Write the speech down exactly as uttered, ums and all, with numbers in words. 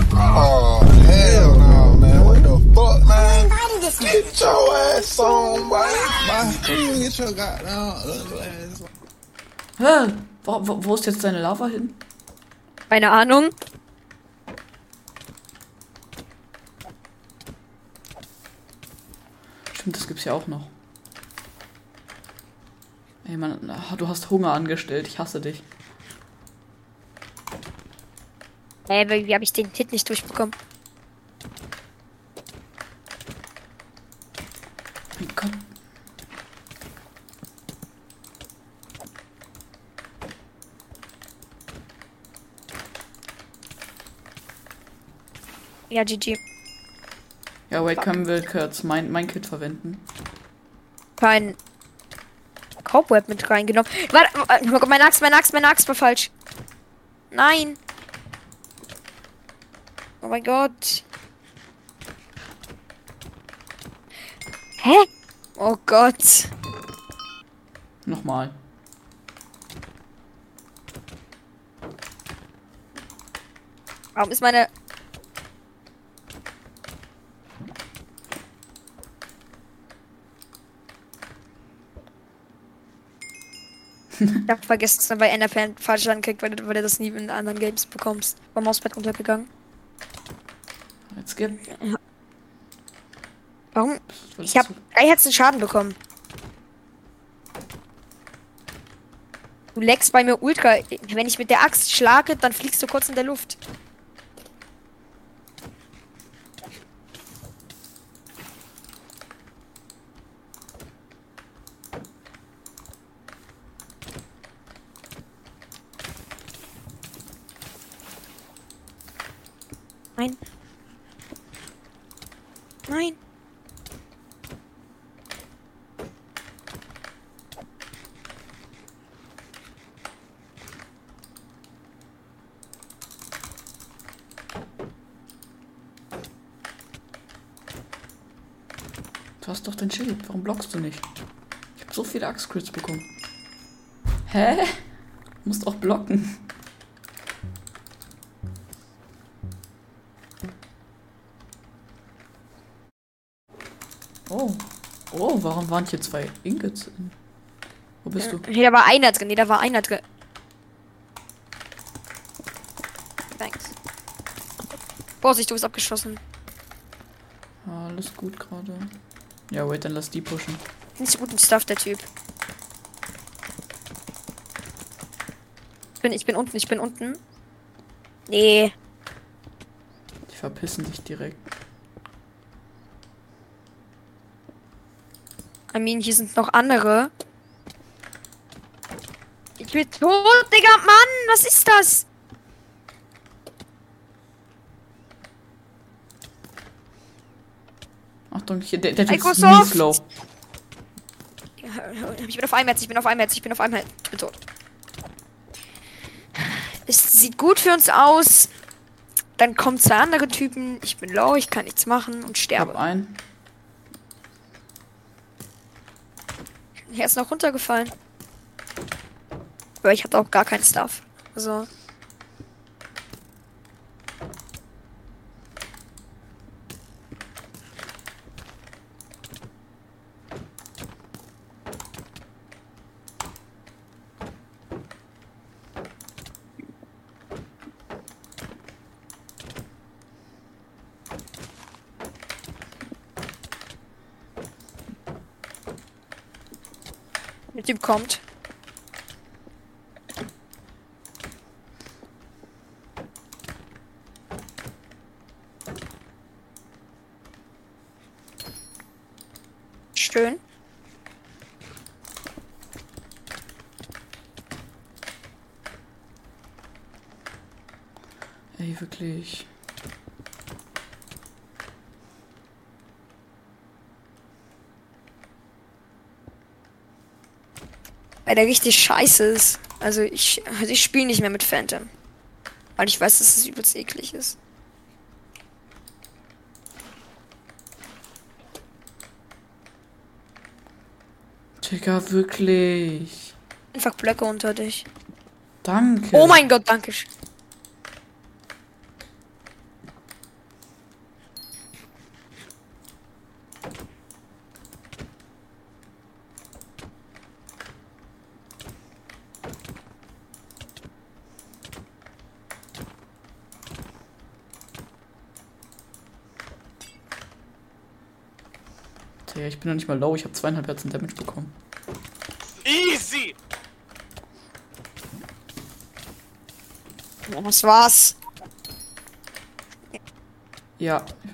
Oh, hell no, man. What the fuck, man? Get your ass on, boy. Get your goddamn ugly ass on. Hä? Wo, wo, wo ist jetzt deine Lava hin? Keine Ahnung. Stimmt, das gibt's ja auch noch. Ey, Mann, du hast Hunger angestellt. Ich hasse dich. Hä, hey, wie habe ich den Hit nicht durchbekommen? Mein Gott. Ja, G G. Ja, wait, können wir kurz mein, mein Kit verwenden? Kein Cobweb mit reingenommen. Warte, meine Axt, meine Axt, meine Axt war falsch. Nein. Oh mein Gott. Hä? Oh Gott. Nochmal. Warum ist meine... Ich hab vergessen, dass man bei Enderpan falsch ankriegt, weil, weil du das nie in anderen Games bekommst. Beim Mauspad runtergegangen. Jetzt gib. Warum? Ich hab drei Herzen Schaden bekommen. Du leckst bei mir ultra. Wenn ich mit der Axt schlage, dann fliegst du kurz in der Luft. Nein. Nein. Du hast doch dein Schild. Warum blockst du nicht? Ich habe so viele Axe-Crits bekommen. Hä? Du musst auch blocken. Oh. Oh, warum waren hier zwei Ingots? Wo bist du? Nee, da war einer drin. Nee, da war einer drin. Thanks. Vorsicht, du bist abgeschossen. Ah, alles gut gerade. Ja, wait, dann lass die pushen. Nicht so guten Stuff, der Typ. Ich bin, ich bin unten, ich bin unten. Nee. Die verpissen sich direkt. I mean, hier sind noch andere. Ich bin tot, Digga, Mann, was ist das? Achtung, hier, der, der Typ ist Microsoft! mies low. Ich bin auf einem Herz, ich bin auf einem Herz, ich bin auf einem Herz. Ich bin tot. Es sieht gut für uns aus. Dann kommen zwei andere Typen. Ich bin low, ich kann nichts machen und Ich sterbe. hab einen. Er ist noch runtergefallen. Aber ich hatte auch gar keinen Stuff. Also. Der Typ kommt. Schön. Ey, wirklich. Weil der richtig scheiße ist. Also ich, also ich spiele nicht mehr mit Phantom. Weil ich weiß, dass es übelst eklig ist. Digga, wirklich. Einfach Blöcke unter dich. Danke. Oh mein Gott, danke schön. Ja, ich bin noch nicht mal low. Ich habe zweieinhalb Herzen Damage bekommen. Easy! Das war's. Ja,